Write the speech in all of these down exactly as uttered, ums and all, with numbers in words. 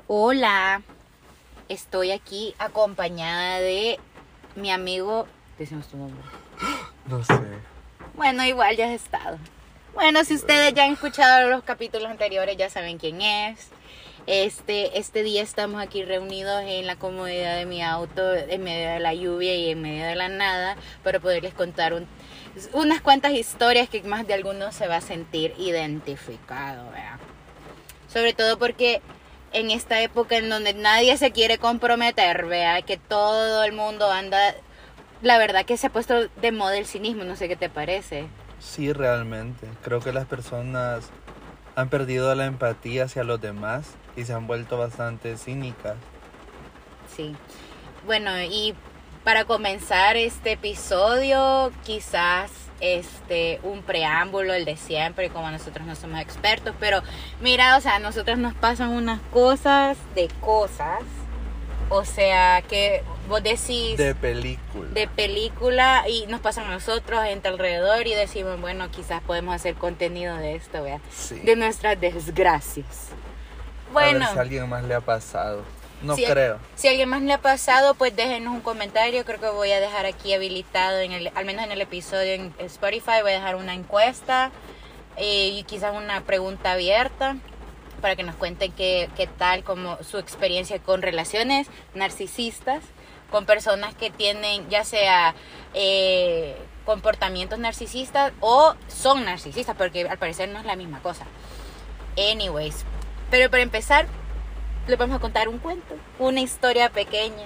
Hola, estoy aquí acompañada de mi amigo. Decimos tu nombre. No sé. Bueno, igual ya has estado. Bueno, si ustedes ya han escuchado los capítulos anteriores, ya saben quién es. Este, este día estamos aquí reunidos en la comodidad de mi auto, en medio de la lluvia y en medio de la nada, para poderles contar un, unas cuantas historias que más de alguno se va a sentir identificado, ¿verdad? Sobre todo porque en esta época en donde nadie se quiere comprometer, vea, que todo el mundo anda, la verdad que se ha puesto de moda el cinismo, no sé qué te parece. Sí, realmente. Creo que las personas han perdido la empatía hacia los demás y se han vuelto bastante cínicas. Sí. Bueno, y para comenzar este episodio, quizás este un preámbulo, el de siempre, como nosotros no somos expertos, pero mira, o sea, a nosotros nos pasan unas cosas de cosas, o sea, que vos decís De película. de película y nos pasan a nosotros, gente alrededor, y decimos, bueno, quizás podemos hacer contenido de esto, ¿vea? Sí. De nuestras desgracias. A Bueno, ver si a alguien más le ha pasado. No si, creo. Si a alguien más le ha pasado, pues déjenos un comentario. Creo que voy a dejar aquí habilitado, en el, al menos en el episodio en Spotify, voy a dejar una encuesta eh, y quizás una pregunta abierta para que nos cuenten qué, qué tal como su experiencia con relaciones narcisistas, con personas que tienen ya sea eh, comportamientos narcisistas o son narcisistas, porque al parecer no es la misma cosa. Anyways, pero para empezar, les vamos a contar un cuento, una historia pequeña.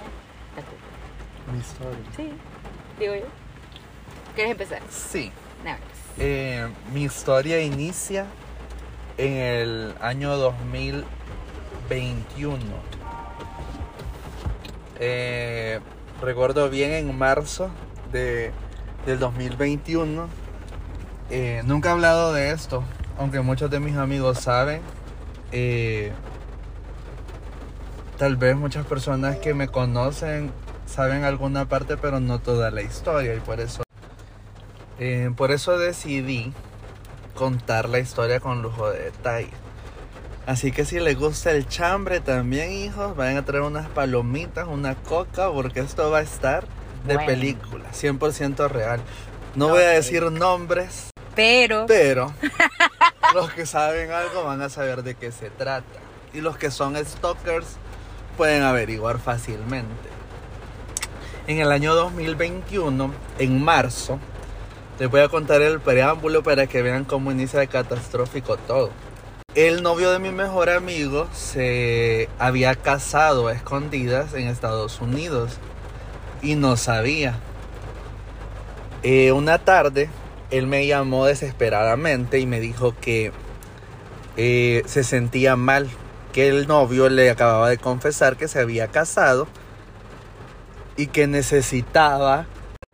Mi historia. Sí, digo yo. ¿Quieres empezar? Sí. No, Eh, mi historia inicia en el año dos mil veintiuno. Eh, recuerdo bien en marzo de, del dos mil veintiuno. Eh, nunca he hablado de esto, aunque muchos de mis amigos saben. Eh, tal vez muchas personas que me conocen saben alguna parte, pero no toda la historia, y por eso, eh, por eso decidí contar la historia con lujo de detalle. Así que si les gusta el chambre también, hijos, vayan a traer unas palomitas, una coca, porque esto va a estar de bueno. película, cien por ciento real. No Okay. voy a decir nombres, Pero, pero los que saben algo van a saber de qué se trata. Y los que son stalkers pueden averiguar fácilmente. En el año dos mil veintiuno, en marzo, les voy a contar el preámbulo para que vean cómo inicia de catastrófico todo. El novio de mi mejor amigo se había casado a escondidas en Estados Unidos y no sabía. Eh, una tarde, él me llamó desesperadamente y me dijo que eh, se sentía mal, que el novio le acababa de confesar que se había casado y que necesitaba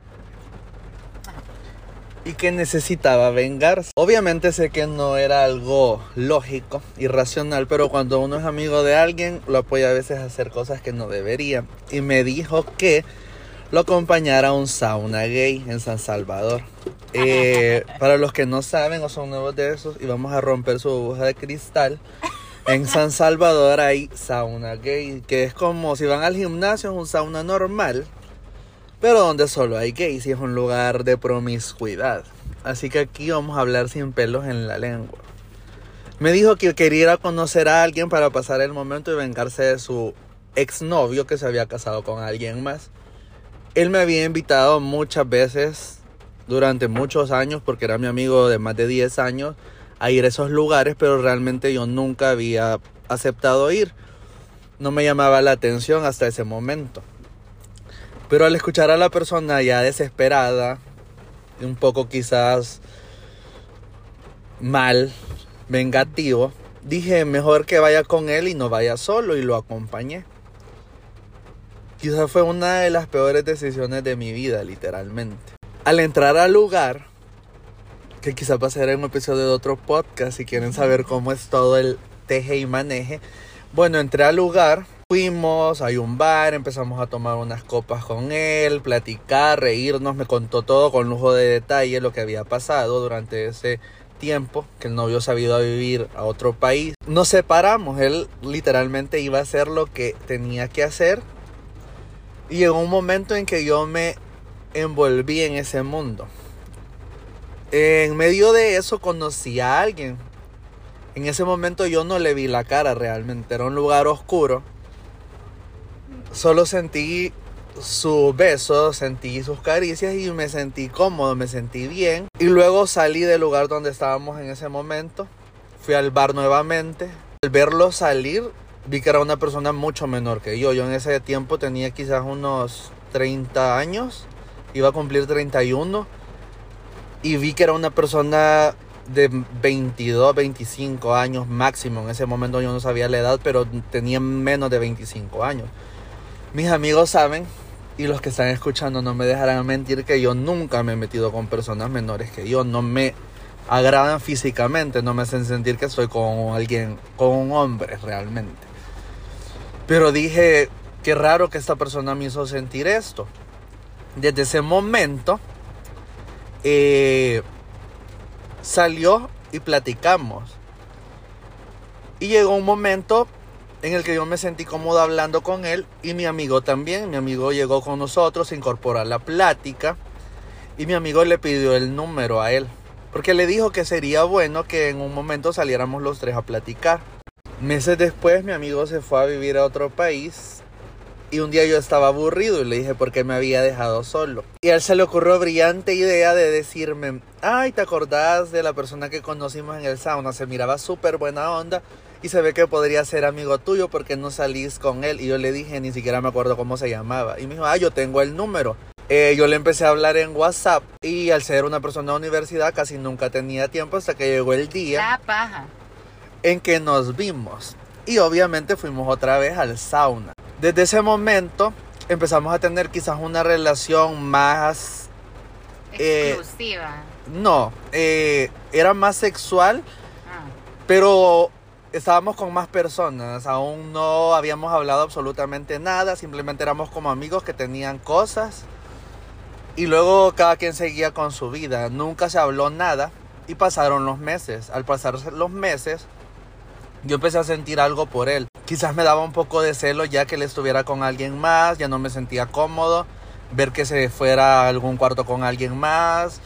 y que necesitaba vengarse. Obviamente sé que no era algo lógico y racional, pero cuando uno es amigo de alguien, lo apoya a veces a hacer cosas que no debería. Y me dijo que lo acompañara a un sauna gay en San Salvador. Eh, para los que no saben o son nuevos de esos, y vamos a romper su burbuja de cristal, en San Salvador hay sauna gay, que es como si van al gimnasio, es un sauna normal, pero donde solo hay gays y es un lugar de promiscuidad. Así que aquí vamos a hablar sin pelos en la lengua. Me dijo que quería ir a conocer a alguien para pasar el momento y vengarse de su exnovio que se había casado con alguien más. Él me había invitado muchas veces durante muchos años, porque era mi amigo de más de diez años, a ir a esos lugares, pero realmente yo nunca había aceptado ir. No me llamaba la atención hasta ese momento. Pero al escuchar a la persona ya desesperada, un poco quizás mal, vengativo, dije mejor que vaya con él y no vaya solo, y lo acompañé. Quizás fue una de las peores decisiones de mi vida, literalmente. Al entrar al lugar, que quizás va a ser un episodio de otro podcast si quieren saber cómo es todo el teje y maneje. Bueno, entré al lugar. Fuimos, hay un bar, empezamos a tomar unas copas con él, platicar, reírnos, me contó todo con lujo de detalle lo que había pasado durante ese tiempo que el novio se había ido a vivir a otro país. Nos separamos, él literalmente iba a hacer lo que tenía que hacer. Y llegó un momento en que yo me envolví en ese mundo. En medio de eso conocí a alguien. En ese momento yo no le vi la cara realmente, era un lugar oscuro. Solo sentí sus besos, sentí sus caricias y me sentí cómodo, me sentí bien. Y luego salí del lugar donde estábamos en ese momento, fui al bar nuevamente. Al verlo salir, vi que era una persona mucho menor que yo. Yo en ese tiempo tenía quizás unos treinta años, iba a cumplir treinta y uno. Y vi que era una persona de veintidós, veinticinco años máximo. En ese momento yo no sabía la edad, pero tenía menos de veinticinco años. Mis amigos saben, y los que están escuchando no me dejarán mentir, que yo nunca me he metido con personas menores que yo. No me agradan físicamente, no me hacen sentir que estoy con alguien, con un hombre realmente. Pero dije, qué raro que esta persona me hizo sentir esto. Desde ese momento eh, salió y platicamos. Y llegó un momento en el que yo me sentí cómodo hablando con él y mi amigo también. Mi amigo llegó con nosotros, se incorporó a la plática y mi amigo le pidió el número a él, porque le dijo que sería bueno que en un momento saliéramos los tres a platicar. Meses después mi amigo se fue a vivir a otro país y un día yo estaba aburrido y le dije por qué me había dejado solo. Y a él se le ocurrió brillante idea de decirme, ay, ¿te acordás de la persona que conocimos en el sauna? Se miraba súper buena onda y se ve que podría ser amigo tuyo, porque no salís con él. Y yo le dije, ni siquiera me acuerdo cómo se llamaba. Y me dijo, ah, yo tengo el número. Eh, yo le empecé a hablar en WhatsApp y al ser una persona de universidad casi nunca tenía tiempo hasta que llegó el día La paja. en que nos vimos. Y obviamente fuimos otra vez al sauna. Desde ese momento empezamos a tener quizás una relación más Exclusiva. Eh, no, eh, era más sexual, Ah. pero estábamos con más personas. Aún no habíamos hablado absolutamente nada, simplemente éramos como amigos que tenían cosas. Y luego cada quien seguía con su vida. Nunca se habló nada y pasaron los meses. Al pasar los meses, yo empecé a sentir algo por él. Quizás me daba un poco de celo ya que él estuviera con alguien más. Ya no me sentía cómodo ver que se fuera a algún cuarto con alguien más,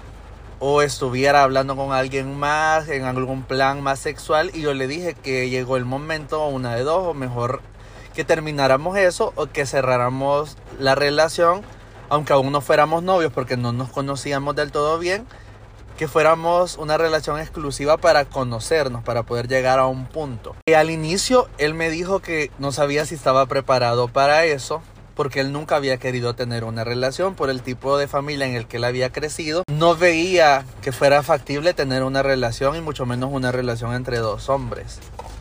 o estuviera hablando con alguien más en algún plan más sexual. Y yo le dije que llegó el momento, una de dos, o mejor que termináramos eso o que cerráramos la relación, aunque aún no fuéramos novios porque no nos conocíamos del todo bien, que fuéramos una relación exclusiva para conocernos, para poder llegar a un punto. Y al inicio él me dijo que no sabía si estaba preparado para eso, porque él nunca había querido tener una relación por el tipo de familia en el que él había crecido. No veía que fuera factible tener una relación y mucho menos una relación entre dos hombres.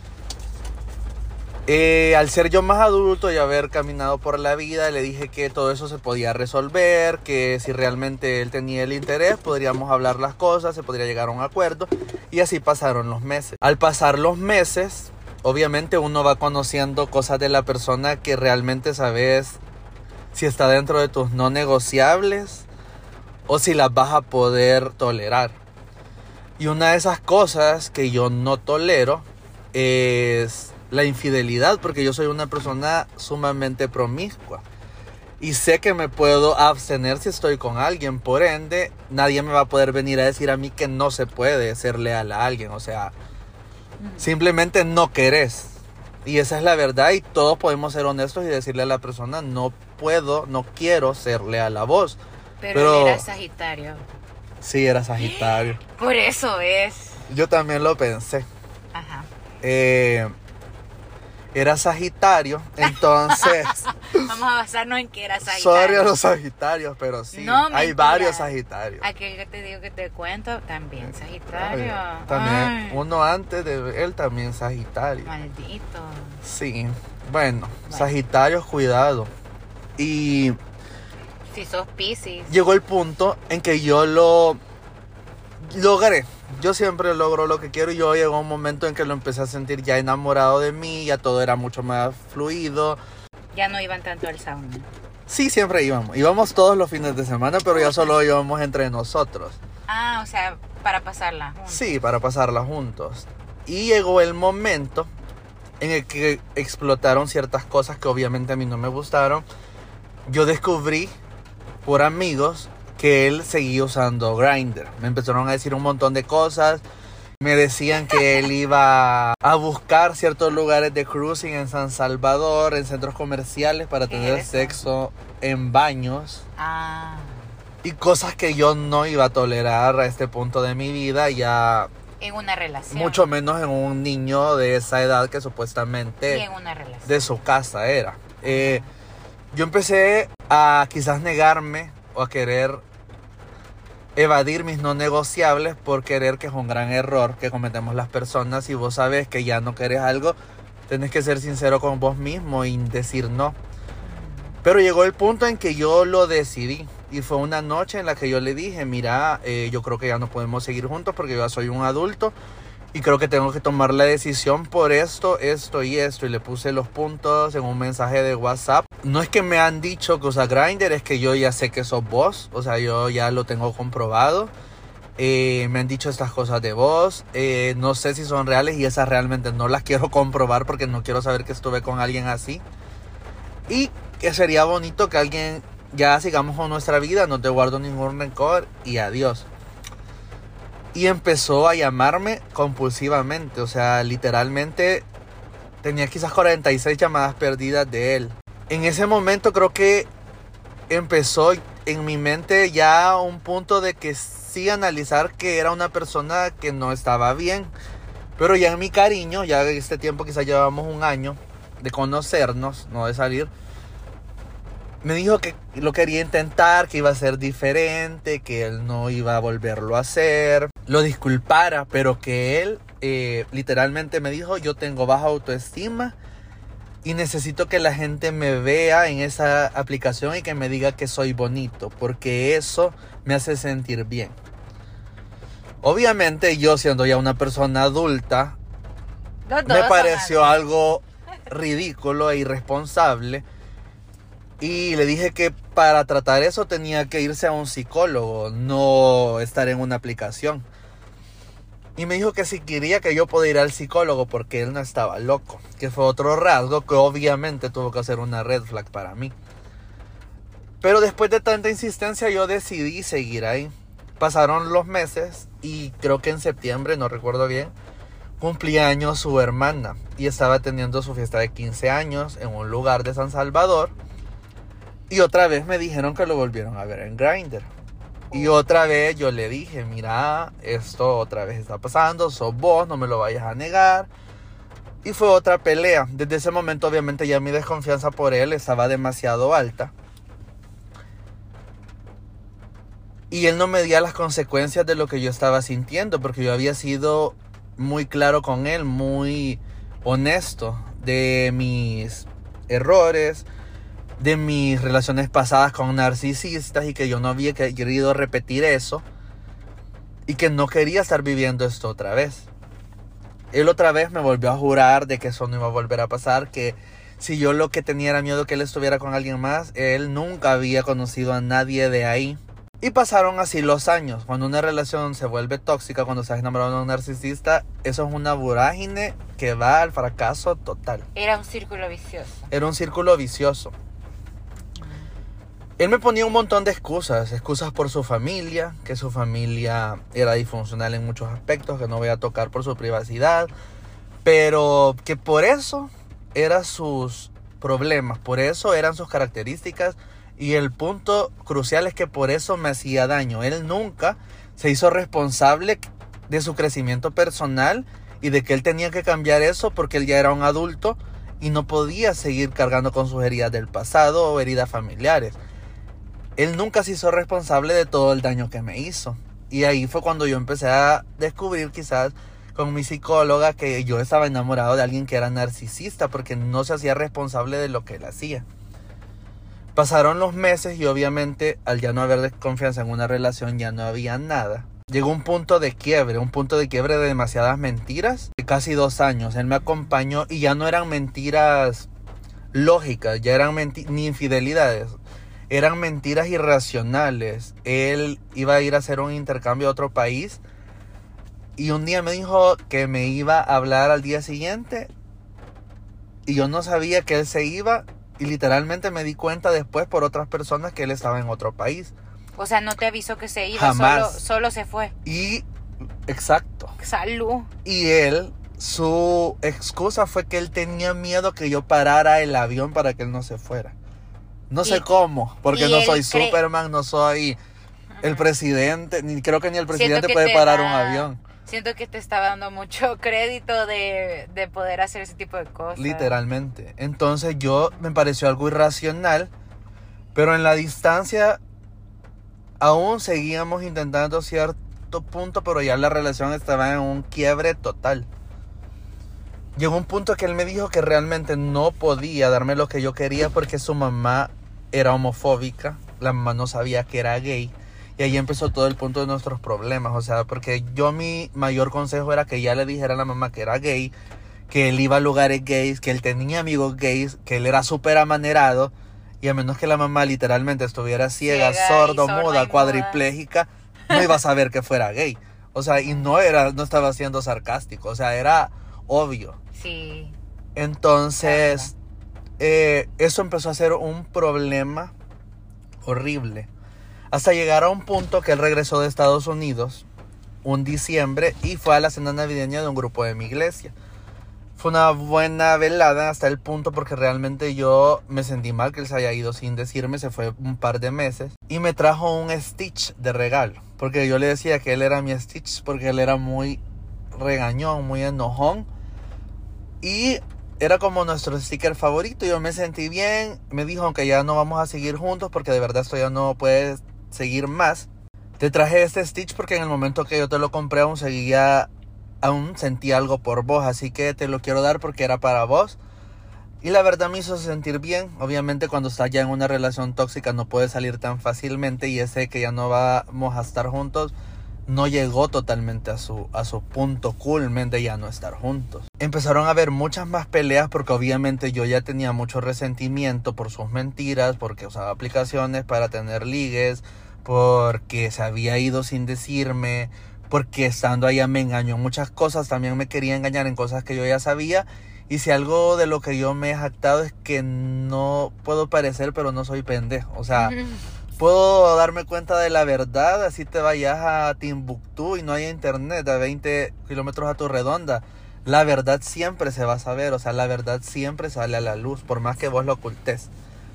Eh, al ser yo más adulto y haber caminado por la vida, le dije que todo eso se podía resolver, que si realmente él tenía el interés podríamos hablar las cosas, se podría llegar a un acuerdo. Y así pasaron los meses. Al pasar los meses, obviamente uno va conociendo cosas de la persona que realmente sabes si está dentro de tus no negociables o si las vas a poder tolerar. Y una de esas cosas que yo no tolero es la infidelidad, porque yo soy una persona sumamente promiscua y sé que me puedo abstener si estoy con alguien. Por ende, nadie me va a poder venir a decir a mí que no se puede ser leal a alguien. O sea, simplemente no querés. Y esa es la verdad, y todos podemos ser honestos y decirle a la persona, no puedo, no quiero ser leal a vos. Pero, Pero él era Sagitario. Sí, era Sagitario. Por eso es. Yo también lo pensé. Ajá. Eh, era Sagitario, entonces... Vamos a basarnos en que era Sagitario. Sorry a los Sagitarios, pero sí, No, hay mentira. varios Sagitarios. Aquel que te digo que te cuento, también Sagitario. Ay, también, Ay, uno antes de él también Sagitario. maldito. Sí, bueno, Bueno. Sagitarios, cuidado. Y Si sos Piscis. llegó el punto en que yo lo logré. Yo siempre logro lo que quiero y yo llegó un momento en que lo empecé a sentir ya enamorado de mí, ya todo era mucho más fluido. Ya no iban tanto al sauna. Sí, siempre íbamos. Íbamos todos los fines de semana, pero ya solo íbamos entre nosotros. Ah, o sea, para pasarla juntos. Sí, para pasarla juntos. Y llegó el momento en el que explotaron ciertas cosas que obviamente a mí no me gustaron. Yo descubrí por amigos que él seguía usando Grindr. Me empezaron a decir un montón de cosas. Me decían que él iba a buscar ciertos lugares de cruising en San Salvador, en centros comerciales, para tener sexo en baños. Ah. Y cosas que yo no iba a tolerar a este punto de mi vida, ya... En una relación. Mucho menos en un niño de esa edad que supuestamente... Y en una relación. De su casa era. Eh, yo empecé a quizás negarme o a querer evadir mis no negociables por querer, que es un gran error que cometemos las personas. Si vos sabes que ya no querés algo, tenés que ser sincero con vos mismo y decir no. Pero llegó el punto en que yo lo decidí. Y fue una noche en la que yo le dije, mira, eh, yo creo que ya no podemos seguir juntos porque yo ya soy un adulto. Y creo que tengo que tomar la decisión por esto, esto y esto. Y le puse los puntos en un mensaje de WhatsApp. No es que me han dicho que usa Grindr, es que yo ya sé que sos vos. O sea, yo ya lo tengo comprobado. Eh, me han dicho estas cosas de vos. Eh, no sé si son reales y esas realmente no las quiero comprobar porque no quiero saber que estuve con alguien así. Y que sería bonito que alguien... Ya sigamos con nuestra vida, no te guardo ningún rencor y adiós. Y empezó a llamarme compulsivamente, o sea, literalmente tenía quizás cuarenta y seis llamadas perdidas de él. En ese momento creo que empezó en mi mente ya un punto de que sí analizar que era una persona que no estaba bien. Pero ya en mi cariño, ya en este tiempo quizás llevamos un año de conocernos, no de salir. Me dijo que lo quería intentar, que iba a ser diferente, que él no iba a volverlo a hacer. Lo disculpara, pero que él eh, literalmente me dijo, yo tengo baja autoestima y necesito que la gente me vea en esa aplicación y que me diga que soy bonito, porque eso me hace sentir bien. Obviamente yo, siendo ya una persona adulta, me pareció algo ridículo e irresponsable. Y le dije que para tratar eso tenía que irse a un psicólogo, no estar en una aplicación. Y me dijo que si quería que yo podía ir al psicólogo porque él no estaba loco. Que fue otro rasgo que obviamente tuvo que hacer una red flag para mí. Pero después de tanta insistencia yo decidí seguir ahí. Pasaron los meses y creo que en septiembre, no recuerdo bien, cumplía años su hermana. Y estaba teniendo su fiesta de quince años en un lugar de San Salvador. Y otra vez me dijeron que lo volvieron a ver en Grindr. Y otra vez yo le dije, mira, esto otra vez está pasando, sos vos, no me lo vayas a negar. Y fue otra pelea. Desde ese momento obviamente ya mi desconfianza por él estaba demasiado alta. Y él no medía las consecuencias de lo que yo estaba sintiendo, porque yo había sido muy claro con él, muy honesto de mis errores, de mis relaciones pasadas con narcisistas y que yo no había querido repetir eso y que no quería estar viviendo esto otra vez. Él otra vez me volvió a jurar de que eso no iba a volver a pasar, que si yo lo que tenía era miedo que él estuviera con alguien más, él nunca había conocido a nadie de ahí. Y pasaron así los años. Cuando una relación se vuelve tóxica, cuando estás enamorado de un narcisista, eso es una vorágine que va al fracaso total. Era un círculo vicioso. Era un círculo vicioso. Él me ponía un montón de excusas, excusas por su familia, que su familia era disfuncional en muchos aspectos, que no voy a tocar por su privacidad, pero que por eso eran sus problemas, por eso eran sus características, y el punto crucial es que por eso me hacía daño. Él nunca se hizo responsable de su crecimiento personal y de que él tenía que cambiar eso porque él ya era un adulto y no podía seguir cargando con sus heridas del pasado o heridas familiares. Él nunca se hizo responsable de todo el daño que me hizo. Y ahí fue cuando yo empecé a descubrir quizás con mi psicóloga que yo estaba enamorado de alguien que era narcisista porque no se hacía responsable de lo que él hacía. Pasaron los meses y obviamente al ya no haber confianza en una relación ya no había nada. Llegó un punto de quiebre, un punto de quiebre de demasiadas mentiras. De casi dos años él me acompañó y ya no eran mentiras lógicas, ya eran menti- ni infidelidades. eran mentiras irracionales. Él iba a ir a hacer un intercambio a otro país y un día me dijo que me iba a hablar al día siguiente y yo no sabía que él se iba y literalmente me di cuenta después por otras personas que él estaba en otro país. O sea, no te avisó que se iba, Jamás. Solo, solo se fue. Y, exacto. Salud. Y él, su excusa fue que él tenía miedo que yo parara el avión para que él no se fuera. No sé y, cómo, porque no soy cree... Superman, no soy el presidente, ni creo que ni el presidente puede te parar da, un avión. Siento que te está dando mucho crédito de, de poder hacer ese tipo de cosas. Literalmente. Entonces yo me pareció algo irracional, pero en la distancia aún seguíamos intentando cierto punto, pero ya la relación estaba en un quiebre total. Llegó un punto que él me dijo que realmente no podía darme lo que yo quería porque su mamá era homofóbica, la mamá no sabía que era gay. Y ahí empezó todo el punto de nuestros problemas, o sea, porque yo mi mayor consejo era que ya le dijera a la mamá que era gay, que él iba a lugares gays, que él tenía amigos gays, que él era súper amanerado. Y a menos que la mamá literalmente estuviera ciega, ciega sordo, muda, cuadriplégica, no iba a saber que fuera gay. O sea, y no era, no estaba siendo sarcástico, o sea, era obvio. Sí. Entonces, eh, eso empezó a ser un problema horrible. Hasta llegar a un punto que él regresó de Estados Unidos un diciembre y fue a la cena navideña de un grupo de mi iglesia. Fue una buena velada hasta el punto porque realmente yo me sentí mal que él se haya ido sin decirme. Se fue un par de meses y me trajo un Stitch de regalo. Porque yo le decía que él era mi Stitch porque él era muy regañón, muy enojón. Y era como nuestro sticker favorito. Yo me sentí bien. Me dijo que ya no vamos a seguir juntos porque de verdad esto ya no puede seguir más. Te traje este Stitch porque en el momento que yo te lo compré aún seguía... aún sentí algo por vos, así que te lo quiero dar porque era para vos. Y la verdad me hizo sentir bien. Obviamente cuando estás ya en una relación tóxica no puedes salir tan fácilmente. Y ese que ya no vamos a estar juntos no llegó totalmente a su, a su punto culmen de ya no estar juntos. Empezaron a haber muchas más peleas porque obviamente yo ya tenía mucho resentimiento por sus mentiras, porque usaba aplicaciones para tener ligues, porque se había ido sin decirme, porque estando allá me engañó en muchas cosas. También me quería engañar en cosas que yo ya sabía. Y si algo de lo que yo me he jactado es que no puedo parecer, pero no soy pendejo. O sea, puedo darme cuenta de la verdad. Así te vayas a Timbuktu y no haya internet a veinte kilómetros a tu redonda. La verdad siempre se va a saber. O sea, la verdad siempre sale a la luz, por más que vos lo ocultes.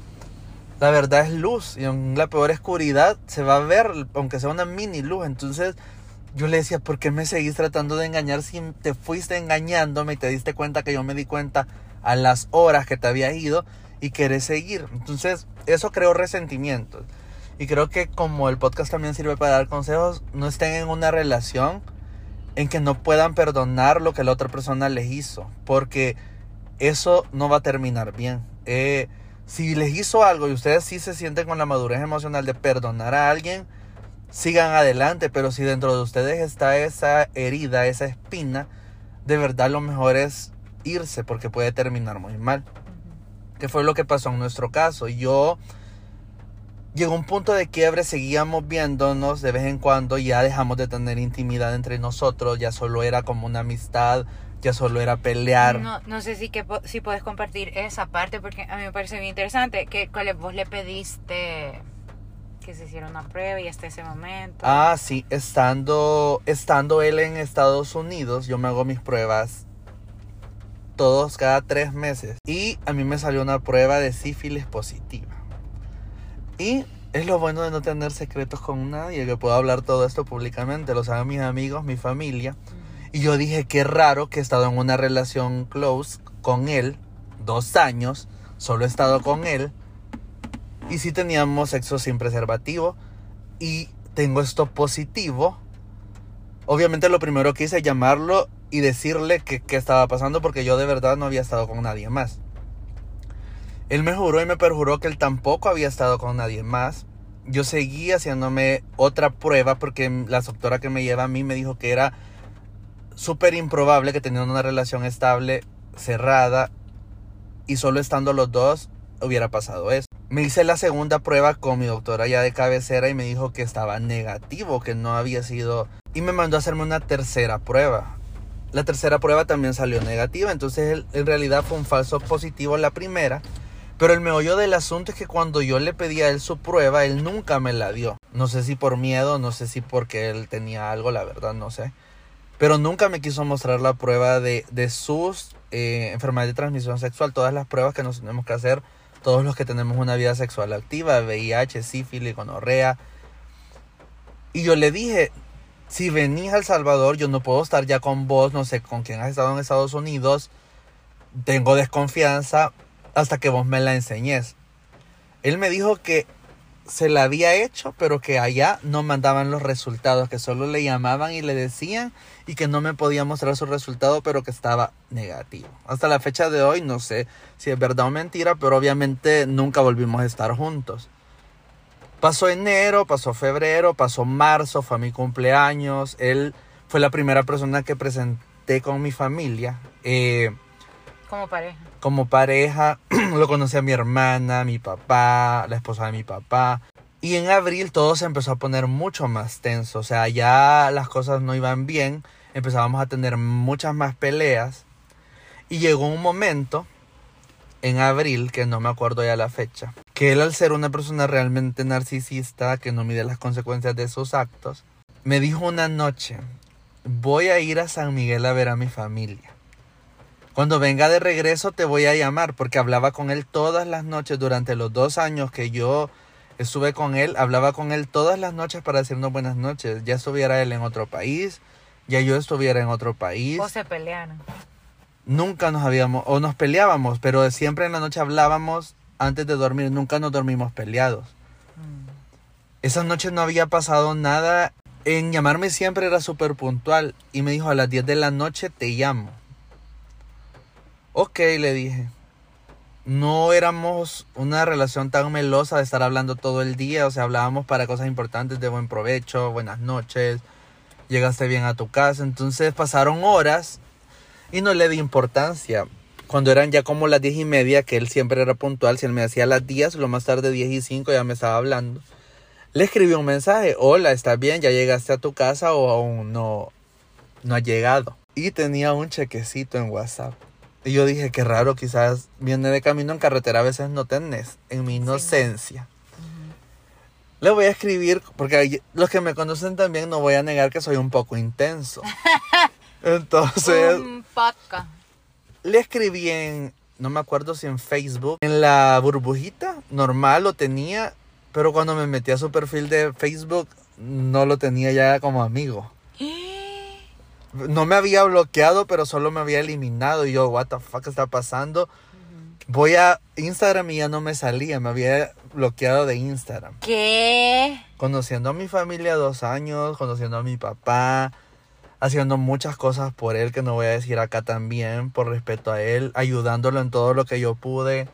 La verdad es luz. Y en la peor oscuridad se va a ver, aunque sea una mini luz. Entonces... yo le decía, ¿por qué me seguís tratando de engañar si te fuiste engañándome y te diste cuenta que yo me di cuenta a las horas que te había ido y querés seguir? Entonces, eso creó resentimientos. Y creo que como el podcast también sirve para dar consejos, no estén en una relación en que no puedan perdonar lo que la otra persona les hizo. Porque eso no va a terminar bien. Eh, si les hizo algo y ustedes sí se sienten con la madurez emocional de perdonar a alguien, sigan adelante, pero si dentro de ustedes está esa herida, esa espina, de verdad lo mejor es irse porque puede terminar muy mal. Uh-huh. Que fue lo que pasó en nuestro caso. Yo llegó un punto de quiebre, seguíamos viéndonos de vez en cuando, ya dejamos de tener intimidad entre nosotros, ya solo era como una amistad, ya solo era pelear. No, no sé si, que, si puedes compartir esa parte porque a mí me parece bien interesante, que vos le pediste... que se hiciera una prueba y hasta ese momento. Ah, sí, estando, estando él en Estados Unidos, yo me hago mis pruebas todos cada tres meses. Y a mí me salió una prueba de sífilis positiva. Y es lo bueno de no tener secretos con nadie, que puedo hablar todo esto públicamente. Lo saben mis amigos, mi familia. Uh-huh. Y yo dije, qué raro que he estado en una relación close con él, dos años, solo he estado con él. Y sí teníamos sexo sin preservativo. Y tengo esto positivo. Obviamente lo primero que hice es llamarlo y decirle que qué estaba pasando, porque yo de verdad no había estado con nadie más. Él me juró y me perjuró que él tampoco había estado con nadie más. Yo seguí haciéndome otra prueba porque la doctora que me lleva a mí me dijo que era súper improbable que teniendo una relación estable, cerrada, y solo estando los dos hubiera pasado eso. Me hice la segunda prueba con mi doctora ya de cabecera y me dijo que estaba negativo, que no había sido... Y me mandó a hacerme una tercera prueba. La tercera prueba también salió negativa, entonces en realidad fue un falso positivo la primera. Pero el meollo del asunto es que cuando yo le pedí a él su prueba, él nunca me la dio. No sé si por miedo, no sé si porque él tenía algo, la verdad no sé. Pero nunca me quiso mostrar la prueba de, de sus eh, enfermedades de transmisión sexual. Todas las pruebas que nos tenemos que hacer, todos los que tenemos una vida sexual activa, V I H, sífilis, gonorrea. Y yo le dije, si venís a El Salvador, yo no puedo estar ya con vos, no sé con quién has estado en Estados Unidos. Tengo desconfianza hasta que vos me la enseñes. Él me dijo que se la había hecho, pero que allá no mandaban los resultados, que solo le llamaban y le decían y que no me podía mostrar su resultado, pero que estaba negativo. Hasta la fecha de hoy no sé si es verdad o mentira, pero obviamente nunca volvimos a estar juntos. Pasó enero, pasó febrero, pasó marzo, fue a mi cumpleaños. Él fue la primera persona que presenté con mi familia. Eh, como pareja. Como pareja, lo conocí a mi hermana, mi papá, la esposa de mi papá. Y en abril todo se empezó a poner mucho más tenso. O sea, ya las cosas no iban bien. Empezábamos a tener muchas más peleas. Y llegó un momento, en abril, que no me acuerdo ya la fecha, que él, al ser una persona realmente narcisista, que no mide las consecuencias de sus actos, me dijo una noche, voy a ir a San Miguel a ver a mi familia. Cuando venga de regreso te voy a llamar, porque hablaba con él todas las noches durante los dos años que yo estuve con él. Hablaba con él todas las noches para decirnos buenas noches. Ya estuviera él en otro país, ya yo estuviera en otro país. O se pelearon. Nunca nos habíamos, o nos peleábamos, pero siempre en la noche hablábamos antes de dormir. Nunca nos dormimos peleados. Mm. Esas noches no había pasado nada. En llamarme siempre era súper puntual. Y me dijo, a las diez de la noche te llamo. Ok, le dije. No éramos una relación tan melosa de estar hablando todo el día. O sea, hablábamos para cosas importantes, de buen provecho, buenas noches, llegaste bien a tu casa. Entonces pasaron horas y no le di importancia. Cuando eran ya como las diez y media, que él siempre era puntual, si él me hacía las diez, lo más tarde diez y cinco ya me estaba hablando. Le escribí un mensaje, hola, ¿estás bien? ¿Ya llegaste a tu casa o aún no, no has llegado? Y tenía un chequecito en WhatsApp. Y yo dije, qué raro, quizás viene de camino en carretera, a veces no tenés, en mi inocencia. Sí. Uh-huh. Le voy a escribir, porque los que me conocen también no voy a negar que soy un poco intenso. Entonces, un poco. Le escribí en, no me acuerdo si en Facebook, en la burbujita, normal lo tenía, pero cuando me metí a su perfil de Facebook, no lo tenía ya como amigo. No me había bloqueado, pero solo me había eliminado. Y yo, what the fuck está pasando? Uh-huh. Voy a Instagram y ya no me salía. Me había bloqueado de Instagram. ¿Qué? Conociendo a mi familia dos años, conociendo a mi papá, haciendo muchas cosas por él que no voy a decir acá también, por respeto a él, ayudándolo en todo lo que yo pude.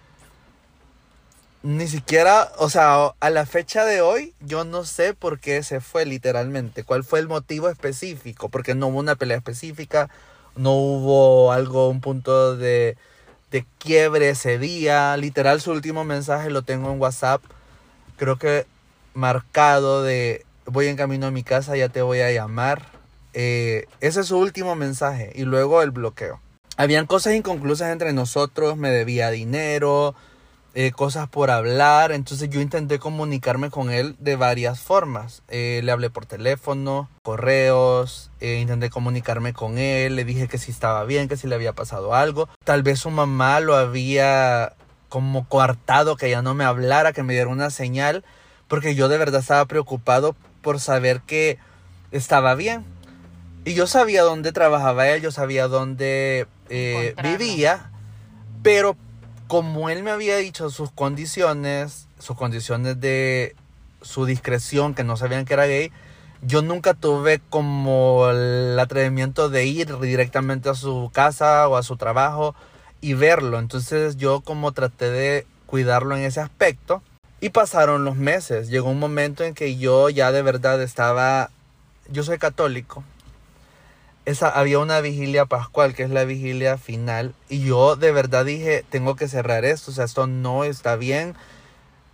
Ni siquiera, o sea, a la fecha de hoy, yo no sé por qué se fue literalmente. ¿Cuál fue el motivo específico? Porque no hubo una pelea específica, no hubo algo, un punto de, de quiebre ese día. Literal, su último mensaje lo tengo en WhatsApp, creo que marcado de, voy en camino a mi casa, ya te voy a llamar. Eh, ese es su último mensaje y luego el bloqueo. Habían cosas inconclusas entre nosotros, me debía dinero, Eh, cosas por hablar. Entonces yo intenté comunicarme con él de varias formas. Eh, le hablé por teléfono, correos, eh, intenté comunicarme con él, le dije que si estaba bien, que si le había pasado algo. Tal vez su mamá lo había como coartado, que ya no me hablara, que me diera una señal, porque yo de verdad estaba preocupado por saber que estaba bien. Y yo sabía dónde trabajaba él, yo sabía dónde eh, vivía, pero como él me había dicho sus condiciones, sus condiciones de su discreción, que no sabían que era gay, yo nunca tuve como el atrevimiento de ir directamente a su casa o a su trabajo y verlo. Entonces yo como traté de cuidarlo en ese aspecto. Y pasaron los meses. Llegó un momento en que yo ya de verdad estaba... Yo soy católico. Esa, había una vigilia pascual, que es la vigilia final, y yo de verdad dije, tengo que cerrar esto, o sea, esto no está bien.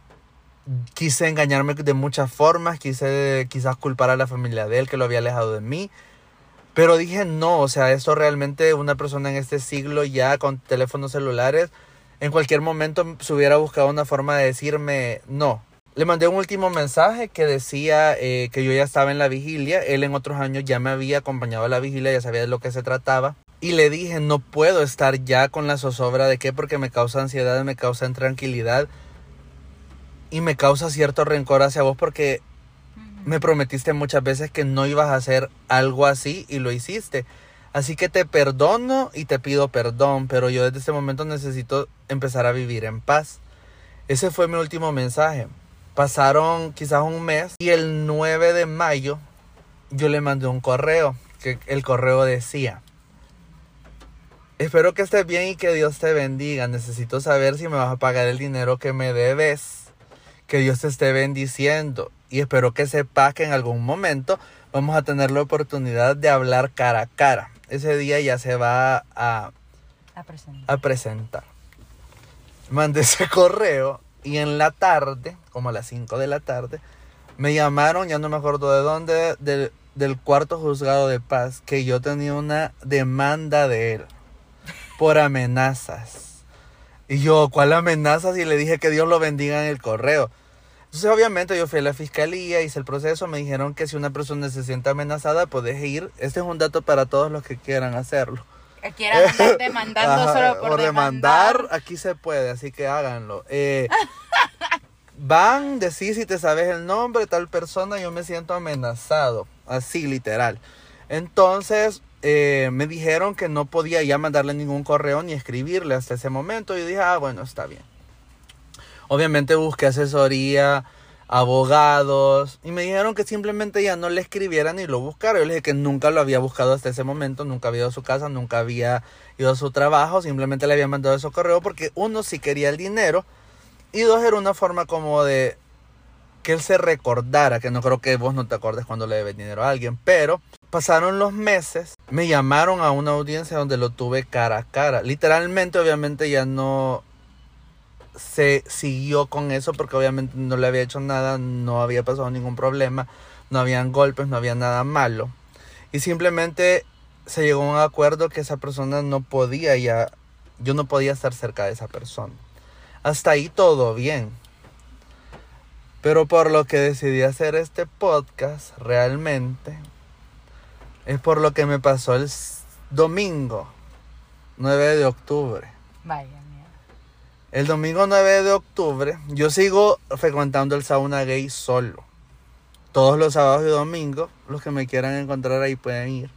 quise engañarme de muchas formas, quise quizás culpar a la familia de él que lo había alejado de mí. Pero dije no, o sea, esto realmente una persona en este siglo ya con teléfonos celulares, en cualquier momento se hubiera buscado una forma de decirme no. Le mandé un último mensaje que decía eh, que yo ya estaba en la vigilia. Él en otros años ya me había acompañado a la vigilia, ya sabía de lo que se trataba. Y le dije, no puedo estar ya con la zozobra de qué, porque me causa ansiedad, me causa intranquilidad. Y me causa cierto rencor hacia vos porque me prometiste muchas veces que no ibas a hacer algo así y lo hiciste. Así que te perdono y te pido perdón, pero yo desde este momento necesito empezar a vivir en paz. Ese fue mi último mensaje. Pasaron quizás un mes y el nueve de mayo yo le mandé un correo, que el correo decía: espero que estés bien y que Dios te bendiga. Necesito saber si me vas a pagar el dinero que me debes. Que Dios te esté bendiciendo. Y espero que sepas que en algún momento vamos a tener la oportunidad de hablar cara a cara. Ese día ya se va a, a, presentar. a presentar. Mandé ese correo y en la tarde, como a las cinco de la tarde, me llamaron, ya no me acuerdo de dónde, de, del cuarto juzgado de paz, que yo tenía una demanda de él por amenazas. Y yo, ¿cuál amenazas? Y le dije que Dios lo bendiga en el correo. Entonces obviamente yo fui a la fiscalía, hice el proceso, me dijeron que si una persona se siente amenazada, puedes ir. Este es un dato para todos los que quieran hacerlo. Que quieran andar demandando Ajá, solo por, por demandar. demandar. Aquí se puede, así que háganlo. Eh, van, decís si te sabes el nombre de tal persona, yo me siento amenazado, así literal. Entonces eh, me dijeron que no podía ya mandarle ningún correo ni escribirle hasta ese momento. Y dije, ah, bueno, está bien. Obviamente busqué asesoría, abogados, y me dijeron que simplemente ya no le escribiera ni lo buscara. Yo le dije que nunca lo había buscado hasta ese momento, nunca había ido a su casa, nunca había ido a su trabajo, simplemente le había mandado ese correo porque uno sí quería el dinero y dos era una forma como de que él se recordara, que no creo que vos no te acordes cuando le debes dinero a alguien, pero pasaron los meses, me llamaron a una audiencia donde lo tuve cara a cara. Literalmente, obviamente ya no se siguió con eso porque obviamente no le había hecho nada, no había pasado ningún problema, no habían golpes, no había nada malo. Y simplemente se llegó a un acuerdo que esa persona no podía ya, yo no podía estar cerca de esa persona. Hasta ahí todo bien. Pero por lo que decidí hacer este podcast realmente es por lo que me pasó el domingo nueve de octubre. Vaya. El domingo nueve de octubre, yo sigo frecuentando el sauna gay solo. Todos los sábados y domingos, los que me quieran encontrar ahí pueden ir.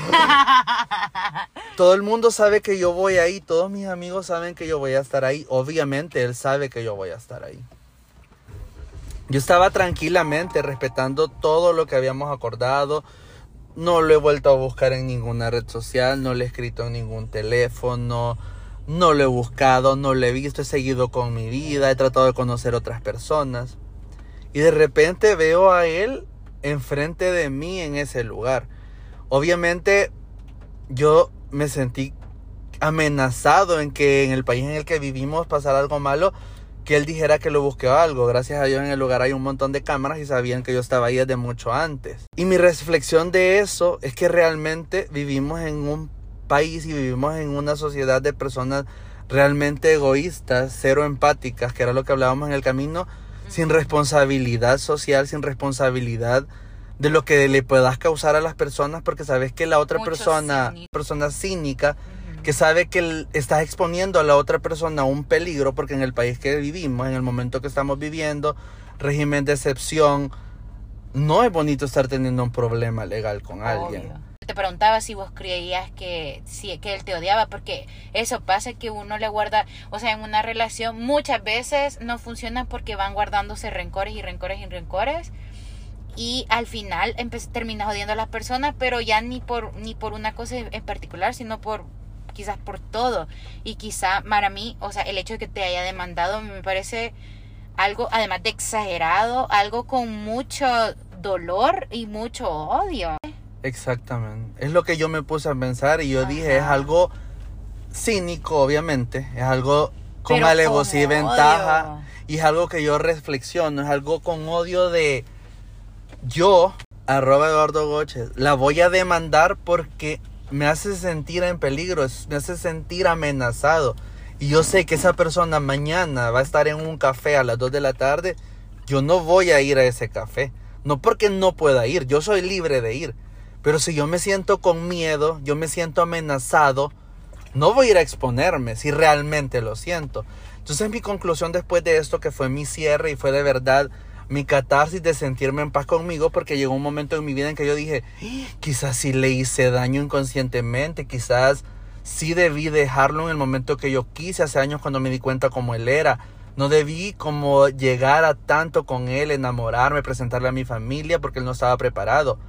Todo el mundo sabe que yo voy ahí, todos mis amigos saben que yo voy a estar ahí. Obviamente él sabe que yo voy a estar ahí. Yo estaba tranquilamente respetando todo lo que habíamos acordado. No lo he vuelto a buscar en ninguna red social, no le he escrito en ningún teléfono. No lo he buscado, no lo he visto, he seguido con mi vida, he tratado de conocer otras personas. Y de repente veo a él enfrente de mí en ese lugar. Obviamente yo me sentí amenazado en que en el país en el que vivimos pasara algo malo, que él dijera que lo busqué algo. Gracias a Dios en el lugar hay un montón de cámaras y sabían que yo estaba ahí desde mucho antes. Y mi reflexión de eso es que realmente vivimos en un país y vivimos en una sociedad de personas realmente egoístas, cero empáticas, que era lo que hablábamos en el camino, uh-huh. Sin responsabilidad social, sin responsabilidad de lo que le puedas causar a las personas, porque sabes que la otra Mucho persona, cínico. persona cínica, uh-huh. que sabe que estás exponiendo a la otra persona a un peligro, porque en el país que vivimos, en el momento que estamos viviendo, régimen de excepción, no es bonito estar teniendo un problema legal con Obvio. alguien. Te preguntaba si vos creías que, si, que él te odiaba, porque eso pasa que uno le guarda, o sea, en una relación muchas veces no funciona porque van guardándose rencores y rencores y rencores y al final empe- terminas odiando a las personas, pero ya ni por, ni por una cosa en particular, sino por quizás por todo. Y quizá para mí, o sea, el hecho de que te haya demandado me parece algo, además de exagerado, algo con mucho dolor y mucho odio. Exactamente, es lo que yo me puse a pensar y yo Ajá. dije, es algo cínico obviamente, es algo con Pero alevosía y con ventaja. odio. Y es algo que yo reflexiono, es algo con odio de yo, arroba Eduardo Goches, la voy a demandar porque me hace sentir en peligro, es- me hace sentir amenazado. Y yo sé que esa persona mañana va a estar en un café a las dos de la tarde. Yo no voy a ir a ese café. No porque no pueda ir, yo soy libre de ir. Pero si yo me siento con miedo, yo me siento amenazado, no voy a ir a exponerme si realmente lo siento. Entonces mi conclusión después de esto, que fue mi cierre y fue de verdad mi catarsis de sentirme en paz conmigo, porque llegó un momento en mi vida en que yo dije, quizás sí le hice daño inconscientemente, quizás sí debí dejarlo en el momento que yo quise, hace años cuando me di cuenta cómo él era. No debí como llegar a tanto con él, enamorarme, presentarle a mi familia porque él no estaba preparado.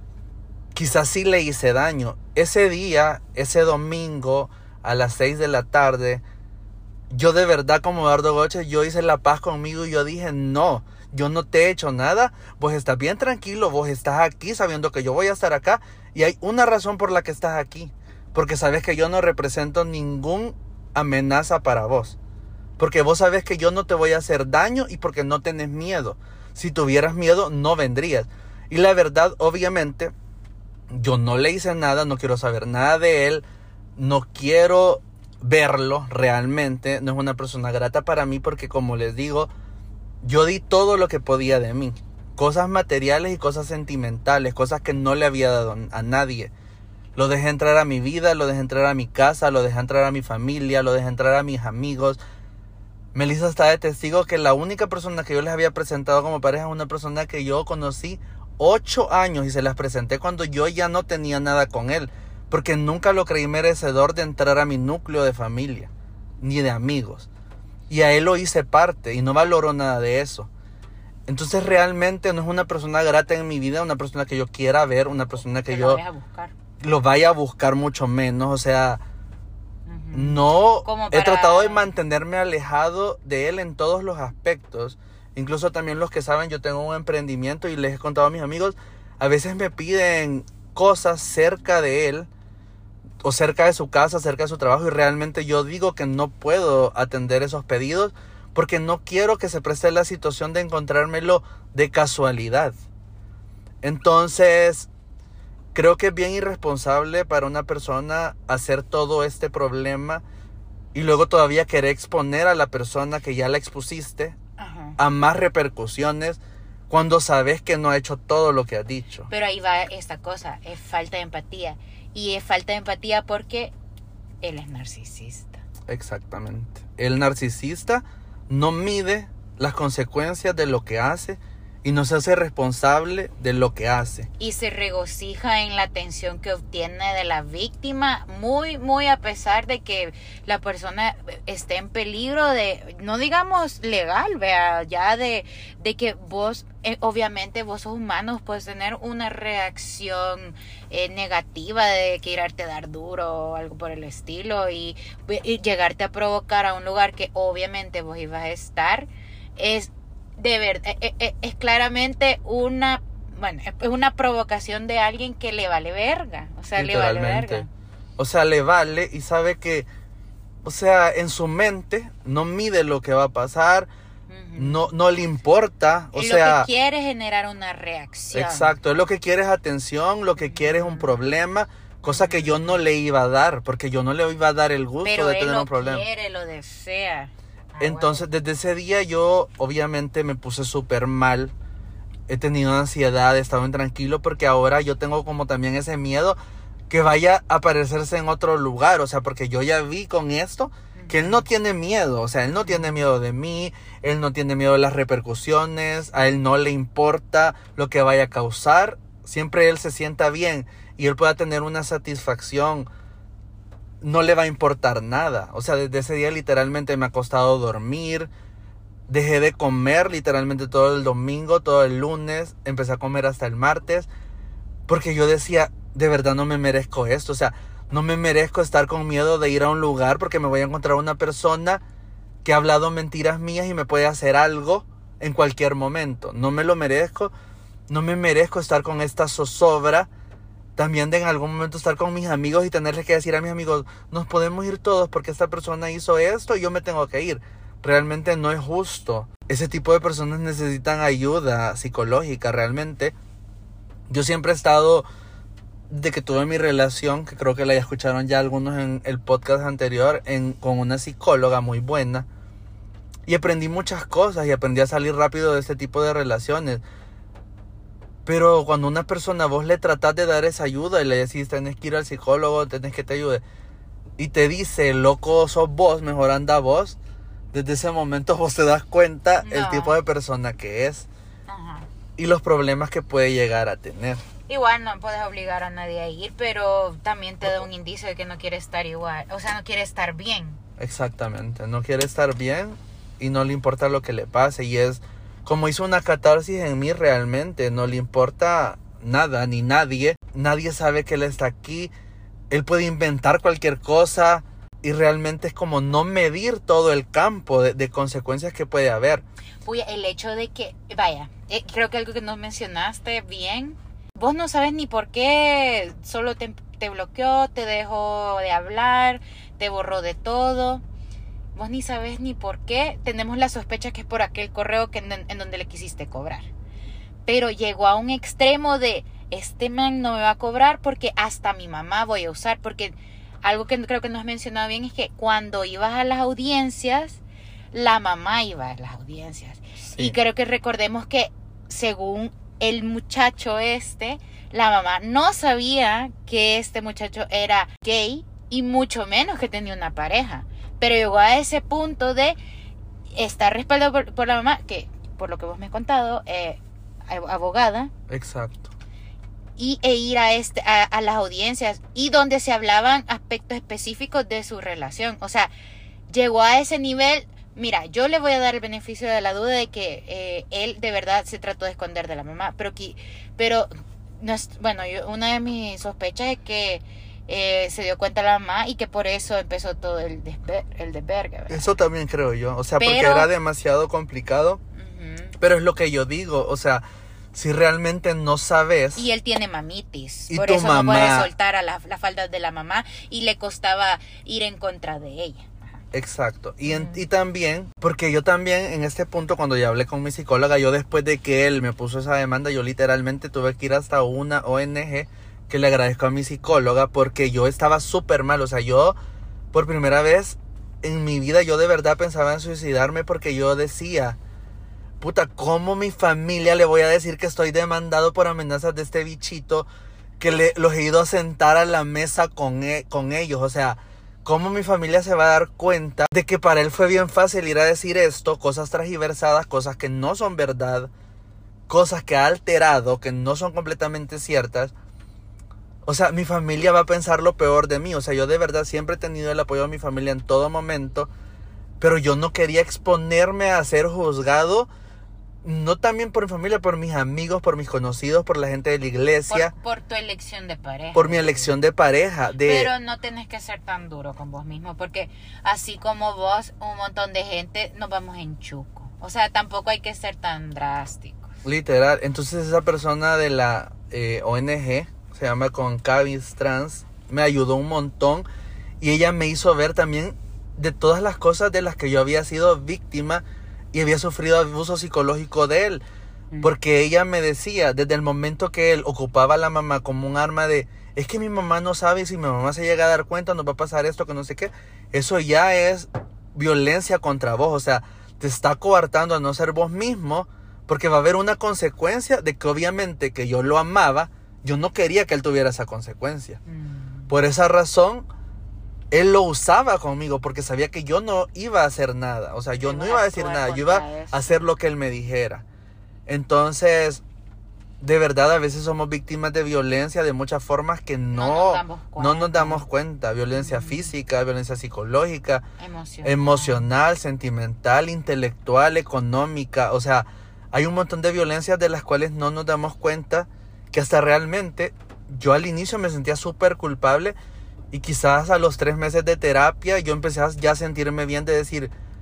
Quizás sí le hice daño. Ese día, ese domingo a las seis de la tarde, yo de verdad como Eduardo Goches, yo hice la paz conmigo y yo dije, no, yo no te he hecho nada, vos estás bien tranquilo, vos estás aquí sabiendo que yo voy a estar acá y hay una razón por la que estás aquí, porque sabes que yo no represento ninguna amenaza para vos, porque vos sabes que yo no te voy a hacer daño y porque no tenés miedo. Si tuvieras miedo no vendrías. Y la verdad, obviamente, yo no le hice nada, no quiero saber nada de él, no quiero verlo realmente, no es una persona grata para mí porque, como les digo, yo di todo lo que podía de mí, cosas materiales y cosas sentimentales, cosas que no le había dado a nadie. Lo dejé entrar a mi vida, lo dejé entrar a mi casa, lo dejé entrar a mi familia, lo dejé entrar a mis amigos. Melissa está de testigo que la única persona que yo les había presentado como pareja es una persona que yo conocí ocho años y se las presenté cuando yo ya no tenía nada con él, porque nunca lo creí merecedor de entrar a mi núcleo de familia, ni de amigos. Y a él lo hice parte y no valoró nada de eso. Entonces realmente no es una persona grata en mi vida, una persona que yo quiera ver, una persona que, Que yo lo vayas a buscar. lo vaya a buscar mucho menos. O sea, Ujú. no Como he para- tratado de mantenerme alejado de él en todos los aspectos. Incluso también los que saben, yo tengo un emprendimiento y les he contado a mis amigos, a veces me piden cosas cerca de él o cerca de su casa, cerca de su trabajo, y realmente yo digo que no puedo atender esos pedidos porque no quiero que se preste la situación de encontrármelo de casualidad. Entonces, creo que es bien irresponsable para una persona hacer todo este problema y luego todavía querer exponer a la persona que ya la expusiste Ajá. a más repercusiones cuando sabes que no ha hecho todo lo que ha dicho. Pero ahí va esta cosa, es falta de empatía. Y es falta de empatía porque él es narcisista. Exactamente. El narcisista no mide las consecuencias de lo que hace y no se hace responsable de lo que hace. Y se regocija en la atención que obtiene de la víctima, muy, muy a pesar de que la persona esté en peligro de, no digamos legal, vea, ya de, de que vos, eh, obviamente vos sos humano, puedes tener una reacción eh, negativa de quererte dar duro o algo por el estilo y, y llegarte a provocar a un lugar que obviamente vos ibas a estar, es de verdad, es, es, es claramente una, bueno, es una provocación de alguien que le vale verga, o sea, le vale verga. O sea, le vale y sabe que, o sea, en su mente no mide lo que va a pasar, uh-huh. no, no le importa, o y sea... lo que quiere es generar una reacción. Exacto, es lo que quiere es atención, lo que uh-huh. quiere es un problema, cosa uh-huh. que yo no le iba a dar, porque yo no le iba a dar el gusto Pero de tener un problema. Pero él lo quiere, lo desea. Ah, Entonces, bueno. desde ese día yo obviamente me puse súper mal. He tenido ansiedad, he estado intranquilo porque ahora yo tengo como también ese miedo que vaya a aparecerse en otro lugar. O sea, porque yo ya vi con esto que él no tiene miedo. O sea, él no tiene miedo de mí, él no tiene miedo de las repercusiones, a él no le importa lo que vaya a causar. Siempre él se sienta bien y él pueda tener una satisfacción. No le va a importar nada. O sea, desde ese día literalmente me ha costado dormir. Dejé de comer literalmente todo el domingo, todo el lunes. Empecé a comer hasta el martes. Porque yo decía, de verdad no me merezco esto. O sea, no me merezco estar con miedo de ir a un lugar porque me voy a encontrar una persona que ha hablado mentiras mías y me puede hacer algo en cualquier momento. No me lo merezco. No me merezco estar con esta zozobra También de en algún momento estar con mis amigos y tenerles que decir a mis amigos, nos podemos ir todos porque esta persona hizo esto y yo me tengo que ir. Realmente no es justo. Ese tipo de personas necesitan ayuda psicológica realmente. Yo siempre he estado, de que tuve mi relación, que creo que la ya escucharon ya algunos en el podcast anterior, en, con una psicóloga muy buena. Y aprendí muchas cosas y aprendí a salir rápido de este tipo de relaciones. Pero cuando una persona vos le tratás de dar esa ayuda y le decís tenés que ir al psicólogo, tenés que te ayude, y te dice, loco sos vos, mejor anda vos, desde ese momento vos te das cuenta no. el tipo de persona que es. Ajá. Y los problemas que puede llegar a tener. Igual no puedes obligar a nadie a ir, pero también te da un indicio de que no quiere estar igual, o sea, no quiere estar bien. Exactamente, no quiere estar bien y no le importa lo que le pase, y es como hizo una catarsis en mí realmente, no le importa nada ni nadie, nadie sabe que él está aquí, él puede inventar cualquier cosa y realmente es como no medir todo el campo de, de consecuencias que puede haber. Uy, el hecho de que, vaya, eh, creo que algo que no mencionaste bien, vos no sabes ni por qué, solo te, te bloqueó, te dejó de hablar, te borró de todo. Vos ni sabes ni por qué. Tenemos la sospecha que es por aquel correo que en, en donde le quisiste cobrar. Pero llegó a un extremo de, este man no me va a cobrar porque hasta mi mamá voy a usar. Porque algo que creo que no has mencionado bien es que cuando ibas a las audiencias, la mamá iba a las audiencias. Sí. Y creo que recordemos que según el muchacho este, la mamá no sabía que este muchacho era gay y mucho menos que tenía una pareja. Pero llegó a ese punto de estar respaldado por, por la mamá, que por lo que vos me has contado, eh, abogada. Exacto. Y e ir a, este, a, a las audiencias y donde se hablaban aspectos específicos de su relación. O sea, llegó a ese nivel. Mira, yo le voy a dar el beneficio de la duda de que eh, él de verdad se trató de esconder de la mamá. Pero, que, pero no es, bueno, yo, una de mis sospechas es que Eh, se dio cuenta la mamá y que por eso empezó todo el desver, el desvergue, ¿verdad? Eso también creo yo, o sea, pero, porque era demasiado complicado, uh-huh. Pero es lo que yo digo, o sea, si realmente no sabes. Y él tiene mamitis, por eso mamá, no puede soltar a la, la falda de la mamá y le costaba ir en contra de ella. Exacto, y, en, uh-huh. y también, porque yo también en este punto cuando ya hablé con mi psicóloga, yo después de que él me puso esa demanda, yo literalmente tuve que ir hasta una O N G, que le agradezco a mi psicóloga porque yo estaba súper mal, o sea, yo por primera vez en mi vida yo de verdad pensaba en suicidarme porque yo decía, puta, ¿cómo mi familia le voy a decir que estoy demandado por amenazas de este bichito que le, los he ido a sentar a la mesa con, e, con ellos? O sea, ¿cómo mi familia se va a dar cuenta de que para él fue bien fácil ir a decir esto, cosas transgiversadas, cosas que no son verdad, cosas que ha alterado, que no son completamente ciertas? O sea, mi familia va a pensar lo peor de mí. O sea, yo de verdad siempre he tenido el apoyo de mi familia en todo momento. Pero yo no quería exponerme a ser juzgado. No también por mi familia, por mis amigos, por mis conocidos, por la gente de la iglesia. Por, por tu elección de pareja. Por mi elección de pareja. De... Pero no tenés que ser tan duro con vos mismo. Porque así como vos, un montón de gente nos vamos en chuco. O sea, tampoco hay que ser tan drásticos. Literal. Entonces esa persona de la eh, O N G... se llama Concubis Trans, me ayudó un montón y ella me hizo ver también de todas las cosas de las que yo había sido víctima y había sufrido abuso psicológico de él, mm. porque ella me decía, desde el momento que él ocupaba a la mamá como un arma de, es que mi mamá no sabe y si mi mamá se llega a dar cuenta nos va a pasar esto, que no sé qué, eso ya es violencia contra vos, o sea, te está coartando a no ser vos mismo, porque va a haber una consecuencia de que obviamente que yo lo amaba, yo no quería que él tuviera esa consecuencia. Mm. Por esa razón, él lo usaba conmigo porque sabía que yo no iba a hacer nada. O sea, yo no iba a decir nada. Yo iba a hacer lo que él me dijera. Entonces, de verdad, a veces somos víctimas de violencia de muchas formas que no, no, nos, damos no nos damos cuenta. Violencia mm. física, violencia psicológica, emocional. emocional, sentimental, intelectual, económica. O sea, hay un montón de violencias de las cuales no nos damos cuenta, que hasta realmente yo al inicio me sentía súper culpable y quizás a los tres meses de terapia yo empecé a ya sentirme bien de decir,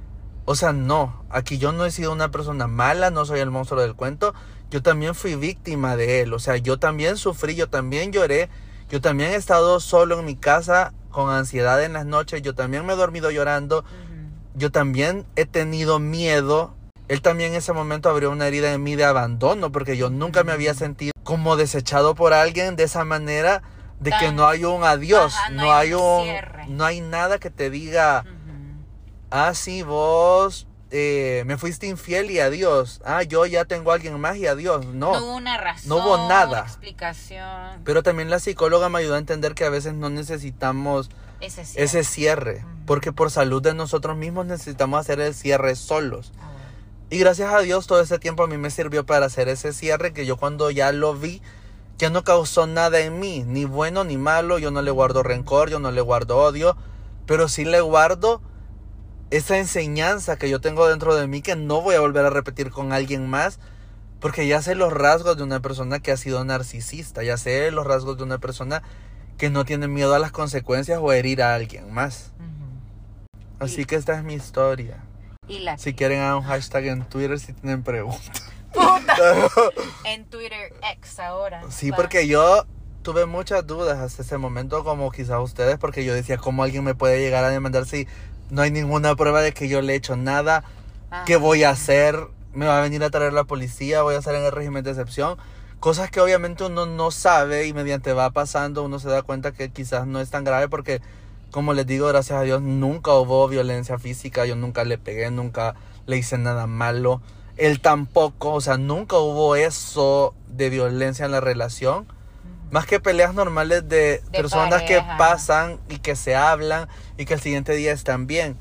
O sea, no, aquí yo no he sido una persona mala, no soy el monstruo del cuento. Yo también fui víctima de él. O sea, yo también sufrí, yo también lloré. Yo también he estado solo en mi casa con ansiedad en las noches. Yo también me he dormido llorando. Uh-huh. Yo también he tenido miedo. Él también en ese momento abrió una herida en mí de abandono, porque yo nunca me había sentido como desechado por alguien de esa manera, de Tan, que no hay un adiós, ajá, no, no hay, hay un, cierre. No hay nada que te diga, uh-huh. ah, sí, vos eh, me fuiste infiel y adiós, ah, yo ya tengo a alguien más y adiós. No, no hubo una razón, no hubo nada, explicación. Pero también la psicóloga me ayudó a entender que a veces no necesitamos ese cierre, ese cierre uh-huh. porque por salud de nosotros mismos necesitamos hacer el cierre solos. Uh-huh. Y gracias a Dios todo ese tiempo a mí me sirvió para hacer ese cierre, que yo cuando ya lo vi, ya no causó nada en mí, ni bueno ni malo. Yo no le guardo rencor, yo no le guardo odio, pero sí le guardo esa enseñanza que yo tengo dentro de mí, que no voy a volver a repetir con alguien más, porque ya sé los rasgos de una persona que ha sido narcisista, ya sé los rasgos de una persona que no tiene miedo a las consecuencias o a herir a alguien más. Uh-huh. Así y... que esta es mi historia. Y la si quieren hagan un hashtag en Twitter si tienen preguntas. Puta. En Twitter X ahora. Sí, va. Porque yo tuve muchas dudas hasta ese momento, como quizás ustedes, porque yo decía, ¿cómo alguien me puede llegar a demandar si no hay ninguna prueba de que yo le he hecho nada? Ajá. ¿Qué voy a hacer? ¿Me va a venir a traer la policía? ¿Voy a estar en el régimen de excepción? Cosas que obviamente uno no sabe, y mediante va pasando uno se da cuenta que quizás no es tan grave, porque como les digo, gracias a Dios nunca hubo violencia física. Yo nunca le pegué, nunca le hice nada malo. Él tampoco, o sea, nunca hubo eso de violencia en la relación. Uh-huh. Más que peleas normales de, de personas pareja. Que pasan y que se hablan y que el siguiente día están bien.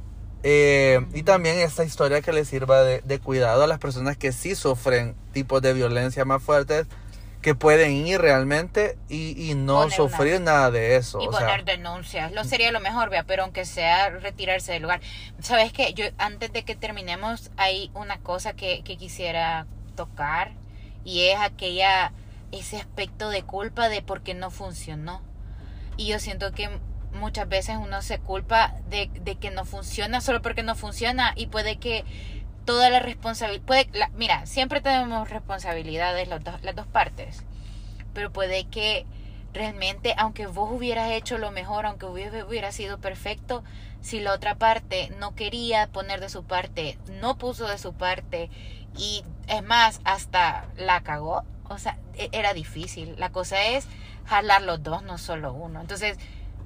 Eh, uh-huh. Y también esta historia que les sirva de, de cuidado a las personas que sí sufren tipos de violencia más fuertes, que pueden ir realmente y, y no poner sufrir una, nada de eso. Y o poner sea, denuncias. Lo sería lo mejor, vea, pero aunque sea retirarse del lugar. ¿Sabes qué? Yo, antes de que terminemos, hay una cosa que, que quisiera tocar, y es aquella, ese aspecto de culpa de por qué no funcionó. Y yo siento que muchas veces uno se culpa de, de que no funciona solo porque no funciona, y puede que toda la responsabilidad, puede, la, mira, siempre tenemos responsabilidades las dos, las dos partes, pero puede que realmente, aunque vos hubieras hecho lo mejor, aunque hubiera, hubiera sido perfecto, si la otra parte no quería poner de su parte, no puso de su parte, y es más, hasta la cagó, o sea, era difícil. La cosa es jalar los dos, no solo uno. Entonces,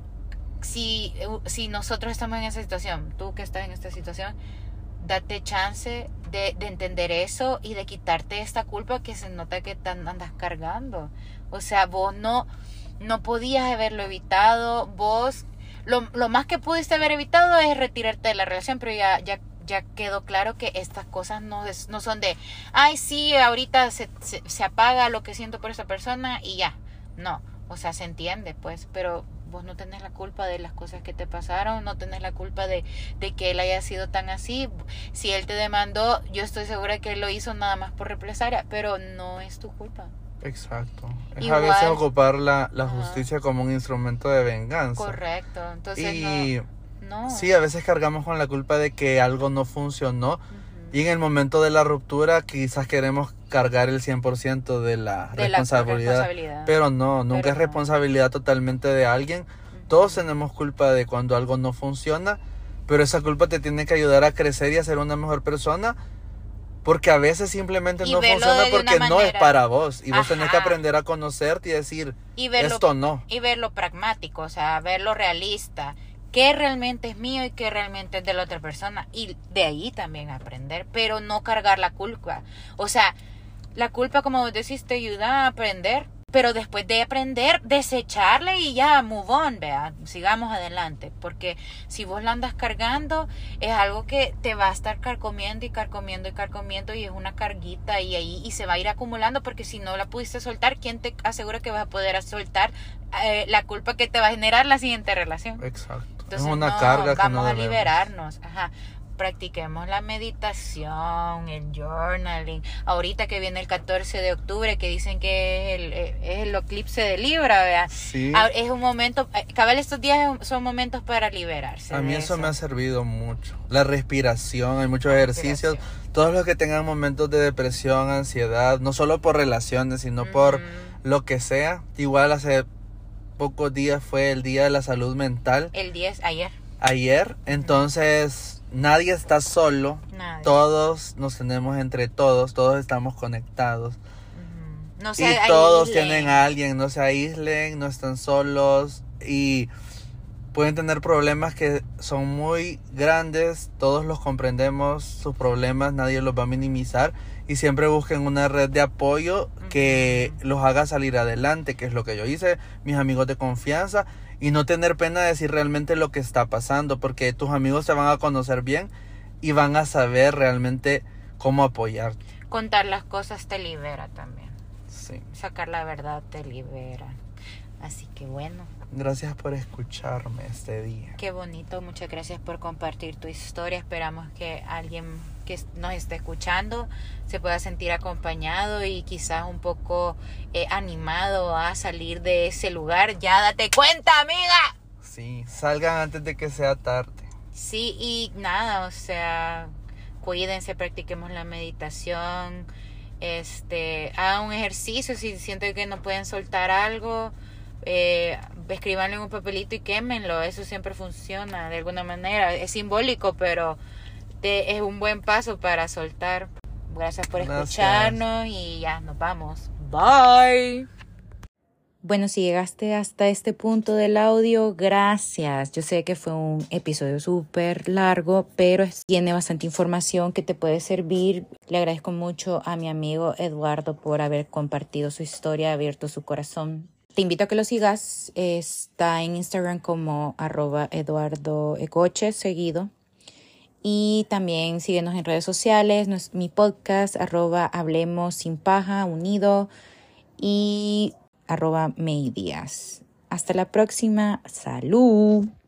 si, si nosotros estamos en esa situación, tú que estás en esta situación, date chance de, de entender eso y de quitarte esta culpa que se nota que te andas cargando. O sea, vos no, no podías haberlo evitado. Vos, lo, lo más que pudiste haber evitado es retirarte de la relación, pero ya, ya, ya quedó claro que estas cosas no, es, no son de, ay, sí, ahorita se, se, se apaga lo que siento por esa persona y ya. No, o sea, se entiende, pues, pero vos no tenés la culpa de las cosas que te pasaron, no tenés la culpa de, de que él haya sido tan así. Si él te demandó, yo estoy segura que él lo hizo nada más por represalia, pero no es tu culpa. Exacto. Es Igual, a veces ocupar la, la justicia como un instrumento de venganza. Correcto. Entonces, y no, no. Sí, a veces cargamos con la culpa de que algo no funcionó. Uh-huh. Y en el momento de la ruptura quizás queremos cargar el cien por ciento de la, de responsabilidad, la responsabilidad. Pero no, nunca pero es responsabilidad no. totalmente de alguien. Uh-huh. Todos tenemos culpa de cuando algo no funciona, pero esa culpa te tiene que ayudar a crecer y a ser una mejor persona, porque a veces simplemente y no funciona porque no es para vos. Y vos Ajá. tenés que aprender a conocerte y decir, y verlo, esto no. Y verlo pragmático, o sea, verlo realista. Qué realmente es mío y qué realmente es de la otra persona. Y de ahí también aprender, pero no cargar la culpa. O sea, la culpa, como vos decís, te ayuda a aprender, pero después de aprender, desecharla y ya, move on, vea, sigamos adelante. Porque si vos la andas cargando, es algo que te va a estar carcomiendo y carcomiendo y carcomiendo, y es una carguita y ahí y se va a ir acumulando, porque si no la pudiste soltar, ¿quién te asegura que vas a poder soltar eh, la culpa que te va a generar la siguiente relación? Exacto. Entonces, es una no, carga que vamos no a liberarnos. Ajá. practiquemos la meditación, el journaling. Ahorita que viene el catorce de octubre, que dicen que es el, es el eclipse de Libra, ¿vea? Sí. Es un momento, cabal, estos días son momentos para liberarse. A mí eso, eso me ha servido mucho. La respiración, hay muchos ejercicios. Todos los que tengan momentos de depresión, ansiedad, no solo por relaciones, sino mm. por lo que sea. Igual hace pocos días fue el Día de la Salud Mental. El diez, ayer. Ayer, entonces uh-huh. nadie está solo. Nadie. Todos nos tenemos entre todos, todos estamos conectados. Uh-huh. No se y aíslen. Todos tienen a alguien, no se aíslen, no están solos y pueden tener problemas que son muy grandes, todos los comprendemos, sus problemas nadie los va a minimizar y siempre busquen una red de apoyo uh-huh. que los haga salir adelante, que es lo que yo hice, mis amigos de confianza, y no tener pena de decir realmente lo que está pasando, porque tus amigos te van a conocer bien y van a saber realmente cómo apoyarte. Contar las cosas te libera también. Sí. Sacar la verdad te libera. Así que bueno. Gracias por escucharme este día. Qué bonito, muchas gracias por compartir tu historia. Esperamos que alguien que nos esté escuchando se pueda sentir acompañado y quizás un poco eh, animado a salir de ese lugar. Ya date cuenta, amiga. Sí, salgan antes de que sea tarde. Sí, y nada, o sea, cuídense, practiquemos la meditación, este, hagan un ejercicio si sienten que no pueden soltar algo. Eh, escríbanlo en un papelito y quémenlo, eso siempre funciona de alguna manera, es simbólico, pero te, es un buen paso para soltar. Gracias por Gracias. escucharnos y ya nos vamos, bye. Bueno, si llegaste hasta este punto del audio, gracias. Yo sé que fue un episodio súper largo, pero tiene bastante información que te puede servir. Le agradezco mucho a mi amigo Eduardo por haber compartido su historia, abierto su corazón. Te invito a que lo sigas. Está en Instagram como arroba Eduardo Ecoche, seguido. Y también síguenos en redes sociales. Mi podcast, arroba Hablemos Sin Paja, unido. Y arroba May Díaz. Hasta la próxima. ¡Salud!